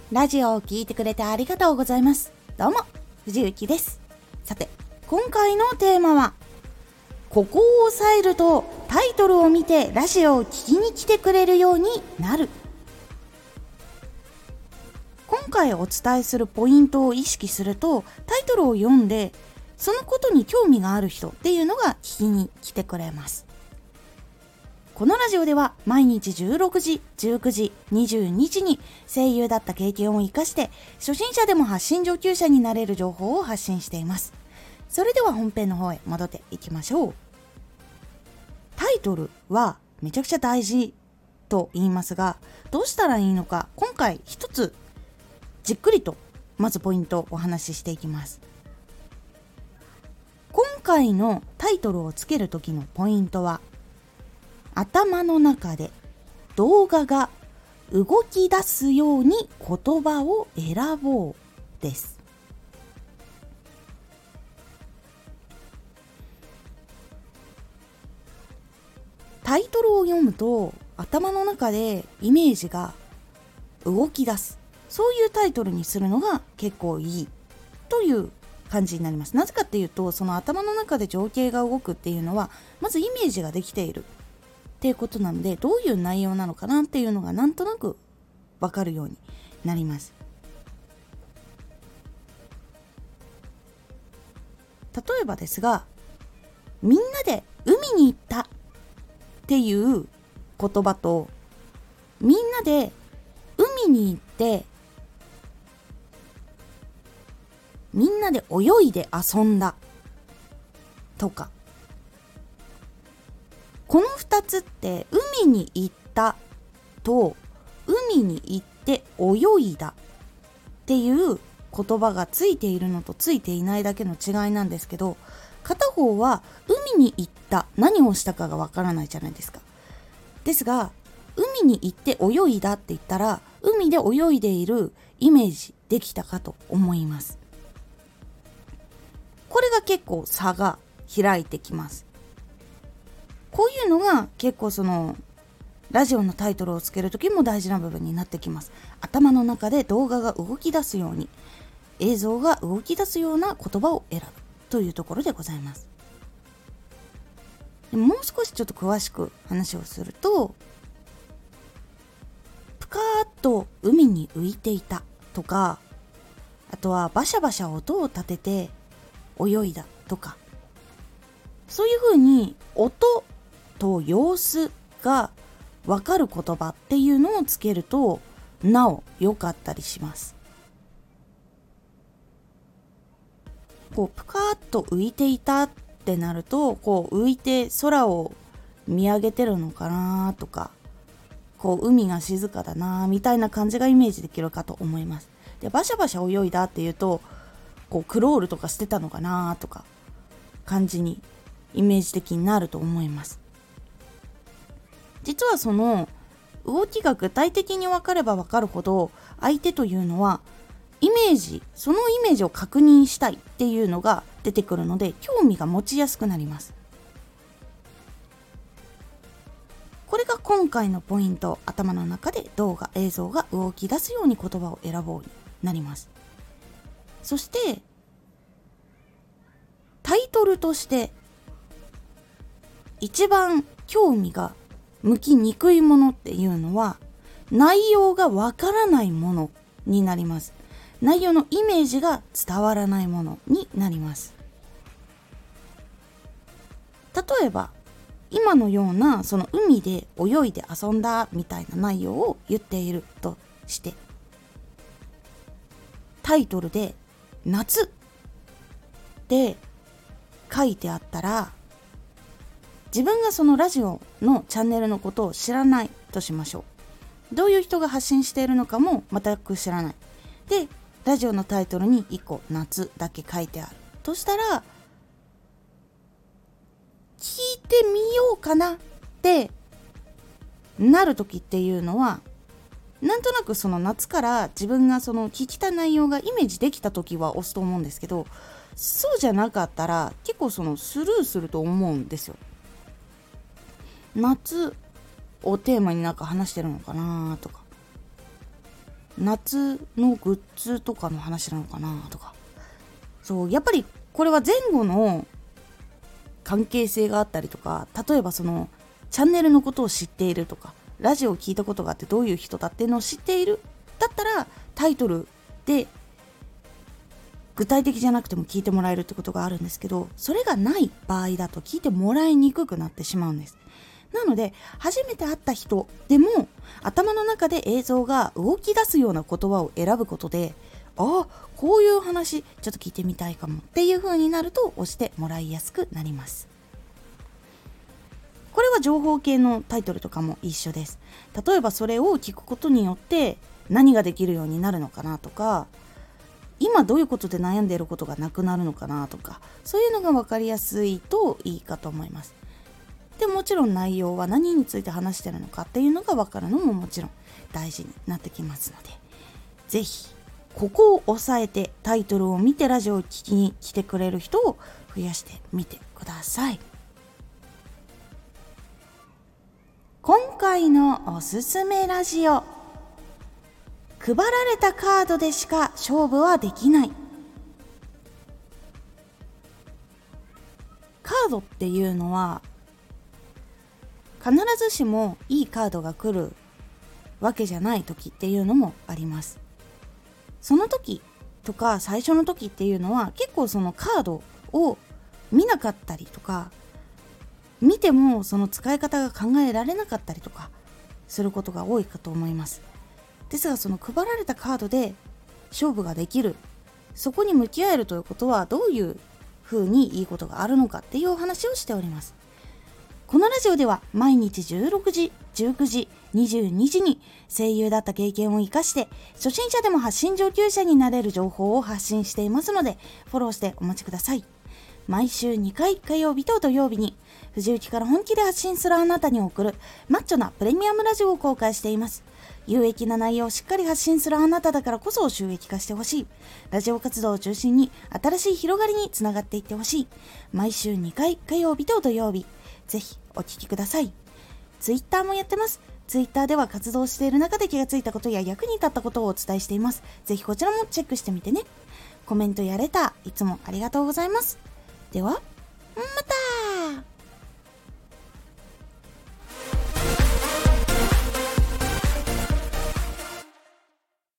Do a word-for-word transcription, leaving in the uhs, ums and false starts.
ラジオを聞いてくれてありがとうございます。どうも藤幸です。さて今回のテーマは、ここを押さえるとタイトルを見てラジオを聞きに来てくれるようになる。今回お伝えするポイントを意識すると、タイトルを読んでそのことに興味がある人っていうのが聞きに来てくれます。このラジオでは毎日じゅうろくじ、じゅうくじ、にじゅうにじに声優だった経験を生かして初心者でも発信上級者になれる情報を発信しています。それでは本編の方へ戻っていきましょう。タイトルはめちゃくちゃ大事と言いますが、どうしたらいいのか、今回一つじっくりとまずポイントをお話ししていきます。今回のタイトルをつける時のポイントは、頭の中で動画が動き出すように言葉を選ぼうです。タイトルを読むと頭の中でイメージが動き出す、そういうタイトルにするのが結構いいという感じになります。なぜかっていうと、その頭の中で情景が動くっていうのはまずイメージができているっていうことなので、どういう内容なのかなっていうのがなんとなくわかるようになります。例えばですが、みんなで海に行ったっていう言葉と、みんなで海に行ってみんなで泳いで遊んだとか、このふたつって海に行ったと海に行って泳いだっていう言葉がついているのとついていないだけの違いなんですけど、片方は海に行った、何をしたかがわからないじゃないですか。ですが海に行って泳いだって言ったら、海で泳いでいるイメージできたかと思います。これが結構差が開いてきます。こういうのが結構そのラジオのタイトルをつけるときも大事な部分になってきます。頭の中で動画が動き出すように、映像が動き出すような言葉を選ぶというところでございます。でもう少しちょっと詳しく話をすると、ぷかーっと海に浮いていたとか、あとはバシャバシャ音を立てて泳いだとか、そういう風に音と様子が分かる言葉っていうのをつけるとなお良かったりします。こうぷかーっと浮いていたってなると、こう浮いて空を見上げてるのかなとか、こう海が静かだなみたいな感じがイメージできるかと思います。でバシャバシャ泳いだっていうと、こうクロールとかしてたのかなとか感じにイメージ的になると思います。実はその動きが具体的に分かれば分かるほど、相手というのはイメージ、そのイメージを確認したいっていうのが出てくるので、興味が持ちやすくなります。これが今回のポイント、頭の中で動画、映像が動き出すように言葉を選ぼうになります。そしてタイトルとして一番興味が向きにくいものっていうのは、内容がわからないものになります。内容のイメージが伝わらないものになります。例えば今のような、その海で泳いで遊んだみたいな内容を言っているとして、タイトルで夏って書いてあったら、自分がそのラジオのチャンネルのことを知らないとしましょう。どういう人が発信しているのかも全く知らない。で、ラジオのタイトルにいっこ夏だけ書いてあるとしたら、聞いてみようかなってなる時っていうのは、なんとなくその夏から自分がその聞きたい内容がイメージできた時は押すと思うんですけど、そうじゃなかったら結構そのスルーすると思うんですよ。夏をテーマになんか話してるのかなとか、 夏のグッズとかの話なのかなとか、そうやっぱりこれは前後の関係性があったりとか、例えばそのチャンネルのことを知っているとか、ラジオを聞いたことがあってどういう人だっていうのを知っているだったらタイトルで具体的じゃなくても聞いてもらえるってことがあるんですけど、それがない場合だと聞いてもらいにくくなってしまうんです。なので初めて会った人でも頭の中で映像が動き出すような言葉を選ぶことで、ああこういう話ちょっと聞いてみたいかもっていう風になると押してもらいやすくなります。これは情報系のタイトルとかも一緒です。例えばそれを聞くことによって何ができるようになるのかなとか、今どういうことで悩んでいることがなくなるのかなとか、そういうのが分かりやすいといいかと思います。でもちろん内容は何について話してるのかっていうのが分かるのももちろん大事になってきますので、ぜひここを押さえてタイトルを見てラジオを聞きに来てくれる人を増やしてみてください。今回のおすすめラジオ、配られたカードでしか勝負はできない。カードっていうのは必ずしもいいカードが来るわけじゃない時っていうのもあります。その時とか最初の時っていうのは結構そのカードを見なかったりとか、見てもその使い方が考えられなかったりとかすることが多いかと思います。ですがその配られたカードで勝負ができる、そこに向き合えるということはどういう風にいいことがあるのかっていうお話をしております。このラジオでは毎日じゅうろくじ、じゅうくじ、にじゅうにじに声優だった経験を生かして初心者でも発信上級者になれる情報を発信していますので、フォローしてお待ちください。毎週にかい火曜日と土曜日に藤雪から本気で発信するあなたに送るマッチョなプレミアムラジオを公開しています。有益な内容をしっかり発信するあなただからこそ収益化してほしい。ラジオ活動を中心に新しい広がりにつながっていってほしい。毎週にかい火曜日と土曜日、ぜひお聞きください。ツイッターもやってます。ツイッターでは活動している中で気がついたことや役に立ったことをお伝えしています。ぜひこちらもチェックしてみてね。コメントやレターいつもありがとうございます。ではまた。